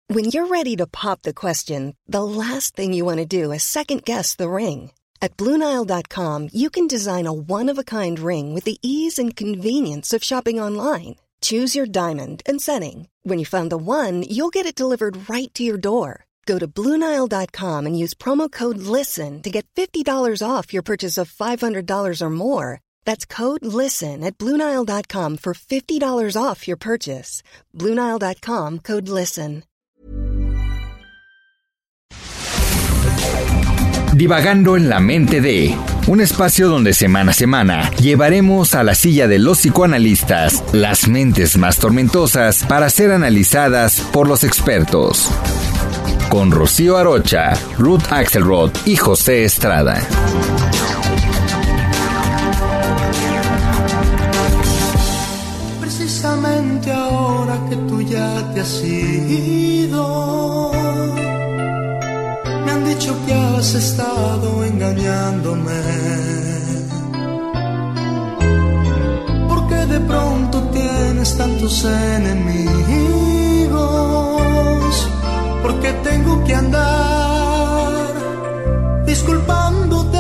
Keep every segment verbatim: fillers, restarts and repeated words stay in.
When you're ready to pop the question, the last thing you want to do is second-guess the ring. At Blue Nile dot com, you can design a one-of-a-kind ring with the ease and convenience of shopping online. Choose your diamond and setting. When you find the one, you'll get it delivered right to your door. Go to Blue Nile dot com and use promo code LISTEN to get fifty dollars off your purchase of five hundred dollars or more. That's code LISTEN at Blue Nile dot com for fifty dollars off your purchase. Blue Nile dot com, code LISTEN. Divagando en la mente de, un espacio donde semana a semana llevaremos a la silla de los psicoanalistas las mentes más tormentosas para ser analizadas por los expertos. Con Rocío Arocha, Ruth Axelrod y José Estrada. Precisamente ahora que tú ya te has ido, me han dicho que has estado engañándome, porque de pronto tienes tantos enemigos, porque tengo que andar disculpándote.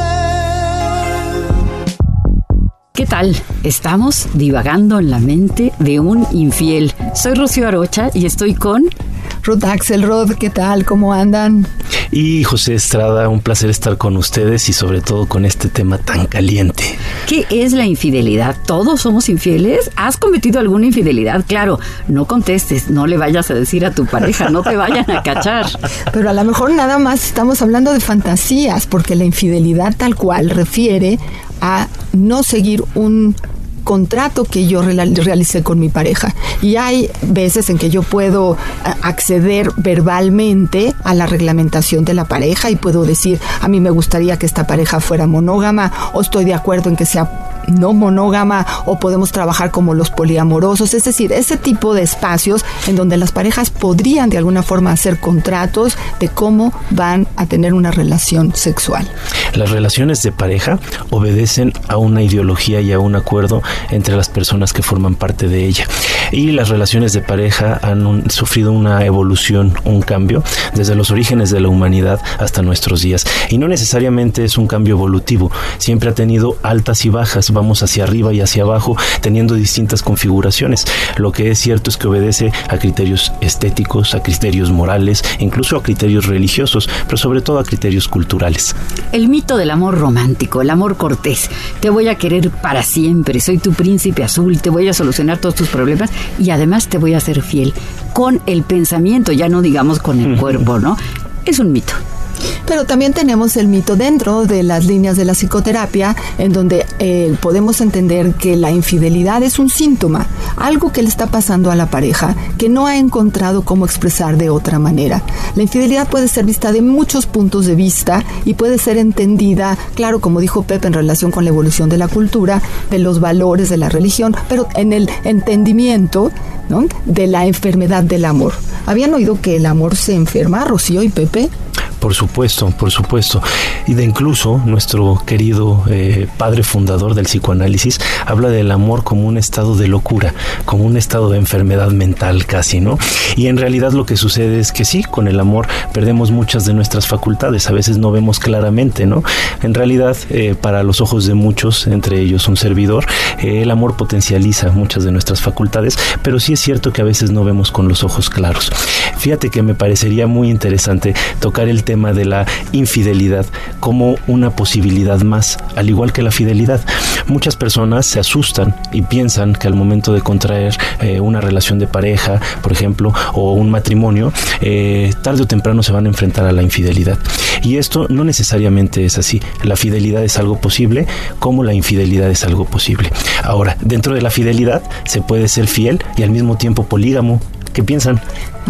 ¿Qué tal? Estamos divagando en la mente de un infiel. Soy Rocío Arocha y estoy con Ruth Axelrod. ¿Qué tal? ¿Cómo andan? Y José Estrada, un placer estar con ustedes y sobre todo con este tema tan caliente. ¿Qué es la infidelidad? ¿Todos somos infieles? ¿Has cometido alguna infidelidad? Claro, no contestes, no le vayas a decir a tu pareja, no te vayan a cachar. Pero a lo mejor nada más estamos hablando de fantasías, porque la infidelidad tal cual refiere a no seguir un contrato que yo realicé con mi pareja. Y hay veces en que yo puedo acceder verbalmente a la reglamentación de la pareja y puedo decir, a mí me gustaría que esta pareja fuera monógama, o estoy de acuerdo en que sea no monógama, o podemos trabajar como los poliamorosos. Es decir, ese tipo de espacios en donde las parejas podrían de alguna forma hacer contratos de cómo van a tener una relación sexual. Las relaciones de pareja obedecen a una ideología y a un acuerdo entre las personas que forman parte de ella. Y las relaciones de pareja han un, sufrido una evolución, un cambio, desde los orígenes de la humanidad hasta nuestros días. Y no necesariamente es un cambio evolutivo, siempre ha tenido altas y bajas, vamos hacia arriba y hacia abajo, teniendo distintas configuraciones. Lo que es cierto es que obedece a criterios estéticos, a criterios morales, incluso a criterios religiosos, pero sobre todo a criterios culturales. El mito del amor romántico, el amor cortés. Te voy a querer para siempre, soy tu príncipe azul, te voy a solucionar todos tus problemas y además te voy a ser fiel. Con el pensamiento, ya no digamos con el cuerpo, ¿no? Es un mito. Pero también tenemos el mito dentro de las líneas de la psicoterapia, en donde eh, podemos entender que la infidelidad es un síntoma, algo que le está pasando a la pareja, que no ha encontrado cómo expresar de otra manera. La infidelidad puede ser vista de muchos puntos de vista y puede ser entendida, claro, como dijo Pepe, en relación con la evolución de la cultura, de los valores de la religión, pero en el entendimiento, ¿no?, de la enfermedad del amor. ¿Habían oído que el amor se enferma, Rocío y Pepe? Por supuesto, por supuesto. Y de incluso nuestro querido eh, padre fundador del psicoanálisis habla del amor como un estado de locura, como un estado de enfermedad mental casi, ¿no? Y en realidad lo que sucede es que sí, con el amor perdemos muchas de nuestras facultades, a veces no vemos claramente, ¿no? En realidad, eh, para los ojos de muchos, entre ellos un servidor, eh, el amor potencializa muchas de nuestras facultades, pero sí es cierto que a veces no vemos con los ojos claros. Fíjate que me parecería muy interesante tocar el tema de la infidelidad como una posibilidad más, al igual que la fidelidad. Muchas personas se asustan y piensan que al momento de contraer eh, una relación de pareja, por ejemplo, o un matrimonio, eh, tarde o temprano se van a enfrentar a la infidelidad. Y esto no necesariamente es así. La fidelidad es algo posible, como la infidelidad es algo posible. Ahora, dentro de la fidelidad se puede ser fiel y al mismo tiempo polígamo. ¿Qué piensan?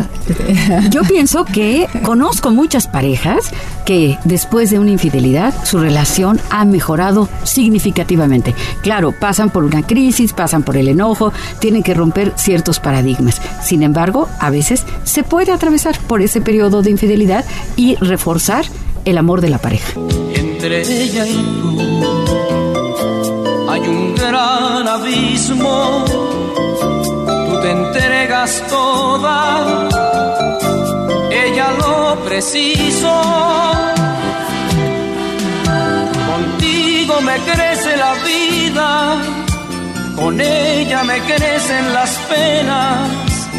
Yo pienso que conozco muchas parejas que después de una infidelidad su relación ha mejorado significativamente. Claro, pasan por una crisis, pasan por el enojo, tienen que romper ciertos paradigmas. Sin embargo, a veces se puede atravesar por ese periodo de infidelidad y reforzar el amor de la pareja. Entre ella y tú hay un gran abismo. Te entregas toda deshizo. Contigo me crece la vida, con ella me crecen las penas.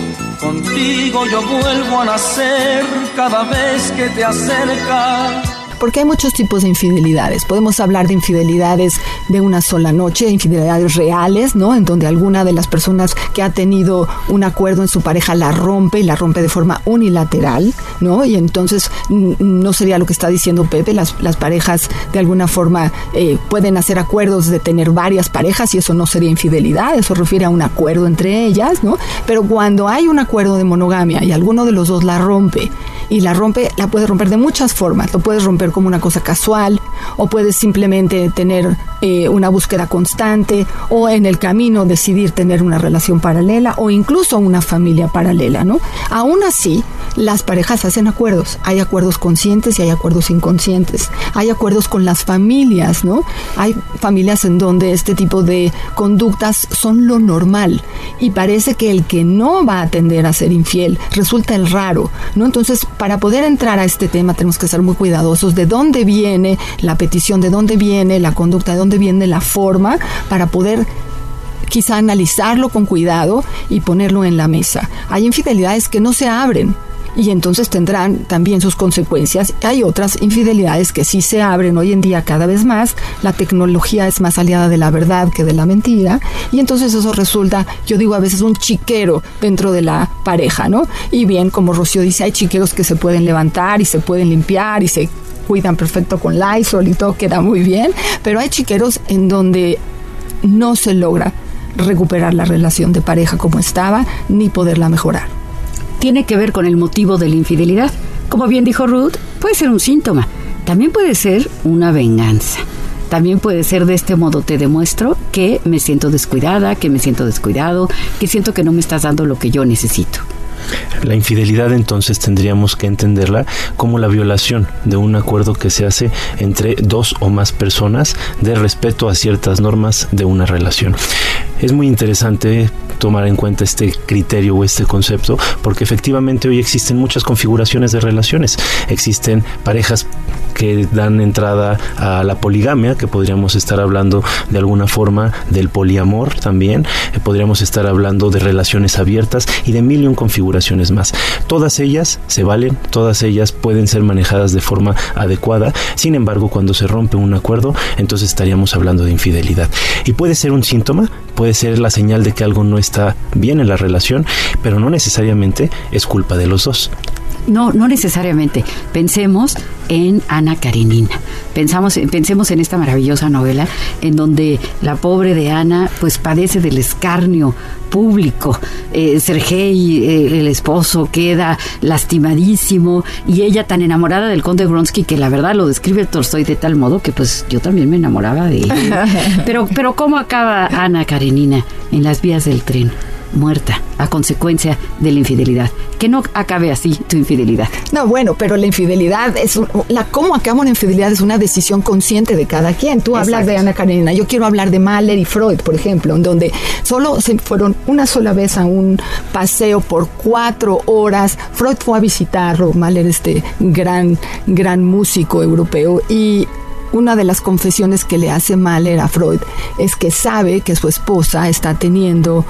Contigo yo vuelvo a nacer cada vez que te acercas. Porque hay muchos tipos de infidelidades. Podemos hablar de infidelidades de una sola noche, infidelidades reales, ¿no? En donde alguna de las personas que ha tenido un acuerdo en su pareja la rompe y la rompe de forma unilateral, ¿no? Y entonces no sería lo que está diciendo Pepe. Las, las parejas de alguna forma eh, pueden hacer acuerdos de tener varias parejas y eso no sería infidelidad. Eso refiere a un acuerdo entre ellas, ¿no? Pero cuando hay un acuerdo de monogamia y alguno de los dos la rompe, y la rompe, la puedes romper de muchas formas. Lo puedes romper como una cosa casual, o puedes simplemente tener eh, una búsqueda constante, o en el camino decidir tener una relación paralela, o incluso una familia paralela, ¿no? Aún así, las parejas hacen acuerdos. Hay acuerdos conscientes y hay acuerdos inconscientes. Hay acuerdos con las familias, ¿no? Hay familias en donde este tipo de conductas son lo normal, y parece que el que no va a tender a ser infiel resulta el raro, ¿no? Entonces, para poder entrar a este tema tenemos que ser muy cuidadosos de dónde viene la petición, de dónde viene la conducta, de dónde viene la forma, para poder quizá analizarlo con cuidado y ponerlo en la mesa. Hay infidelidades que no se abren y entonces tendrán también sus consecuencias. Hay otras infidelidades que sí se abren hoy en día cada vez más. La tecnología es más aliada de la verdad que de la mentira, y entonces eso resulta, yo digo a veces, un chiquero dentro de la pareja, ¿no? Y bien, como Rocío dice, hay chiqueros que se pueden levantar y se pueden limpiar y se cuidan perfecto con Lysol y todo queda muy bien, pero hay chiqueros en donde no se logra recuperar la relación de pareja como estaba, ni poderla mejorar. Tiene que ver con el motivo de la infidelidad. Como bien dijo Ruth, puede ser un síntoma, también puede ser una venganza. También puede ser de este modo: te demuestro que me siento descuidada, que me siento descuidado, que siento que no me estás dando lo que yo necesito. La infidelidad, entonces, tendríamos que entenderla como la violación de un acuerdo que se hace entre dos o más personas de respeto a ciertas normas de una relación. Es muy interesante tomar en cuenta este criterio o este concepto, porque efectivamente hoy existen muchas configuraciones de relaciones. Existen parejas que dan entrada a la poligamia, que podríamos estar hablando de alguna forma del poliamor también, eh, podríamos estar hablando de relaciones abiertas y de mil y un configuraciones más. Todas ellas se valen, todas ellas pueden ser manejadas de forma adecuada. Sin embargo, cuando se rompe un acuerdo, entonces estaríamos hablando de infidelidad. Y puede ser un síntoma, puede ser la señal de que algo no está bien en la relación, pero no necesariamente es culpa de los dos. No, no necesariamente. Pensemos en Ana Karenina. Pensamos, pensemos en esta maravillosa novela en donde la pobre de Ana pues padece del escarnio público. Eh, Sergei, eh, el esposo, queda lastimadísimo y ella tan enamorada del conde Vronsky que la verdad lo describe Tolstoy de tal modo que pues yo también me enamoraba de él. Pero, pero ¿cómo acaba Ana Karenina en las vías del tren? Muerta a consecuencia de la infidelidad. Que no acabe así tu infidelidad. No, bueno, pero la infidelidad es un, la cómo acaba una infidelidad es una decisión consciente de cada quien. Tú hablas Exacto. de Ana Karenina, yo quiero hablar de Mahler y Freud, por ejemplo, en donde solo se fueron una sola vez a un paseo por cuatro horas. Freud fue a visitarlo, Mahler, este gran gran músico europeo, y una de las confesiones que le hace Mahler a Freud es que sabe que su esposa está teniendo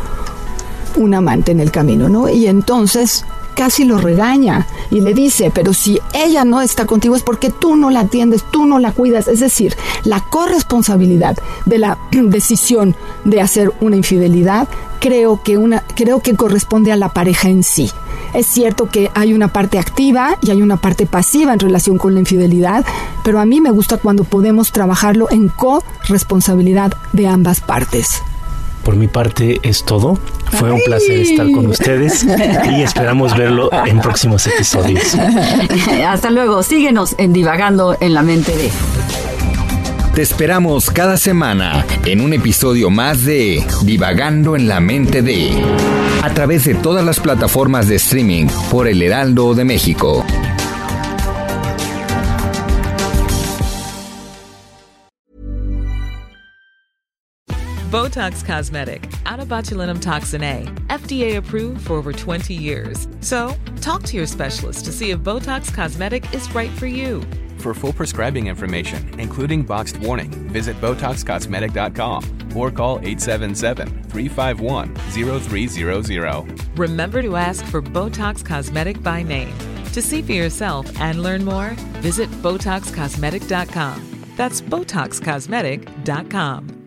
un amante en el camino, ¿no? Y entonces casi lo regaña y le dice, pero si ella no está contigo es porque tú no la atiendes, tú no la cuidas. Es decir, la corresponsabilidad de la decisión de hacer una infidelidad creo que una creo que corresponde a la pareja en sí. Es cierto que hay una parte activa y hay una parte pasiva en relación con la infidelidad, pero a mí me gusta cuando podemos trabajarlo en corresponsabilidad de ambas partes. Por mi parte es todo. Fue un placer estar con ustedes y esperamos verlo en próximos episodios. Hasta luego. Síguenos en Divagando en la Mente de... Te esperamos cada semana en un episodio más de Divagando en la Mente de... a través de todas las plataformas de streaming por El Heraldo de México. Botox Cosmetic, out of botulinum toxin A, F D A approved for over twenty years. So, talk to your specialist to see if Botox Cosmetic is right for you. For full prescribing information, including boxed warning, visit Botox Cosmetic dot com or call eight seven seven, three five one, zero three zero zero. Remember to ask for Botox Cosmetic by name. To see for yourself and learn more, visit Botox Cosmetic dot com. That's Botox Cosmetic dot com.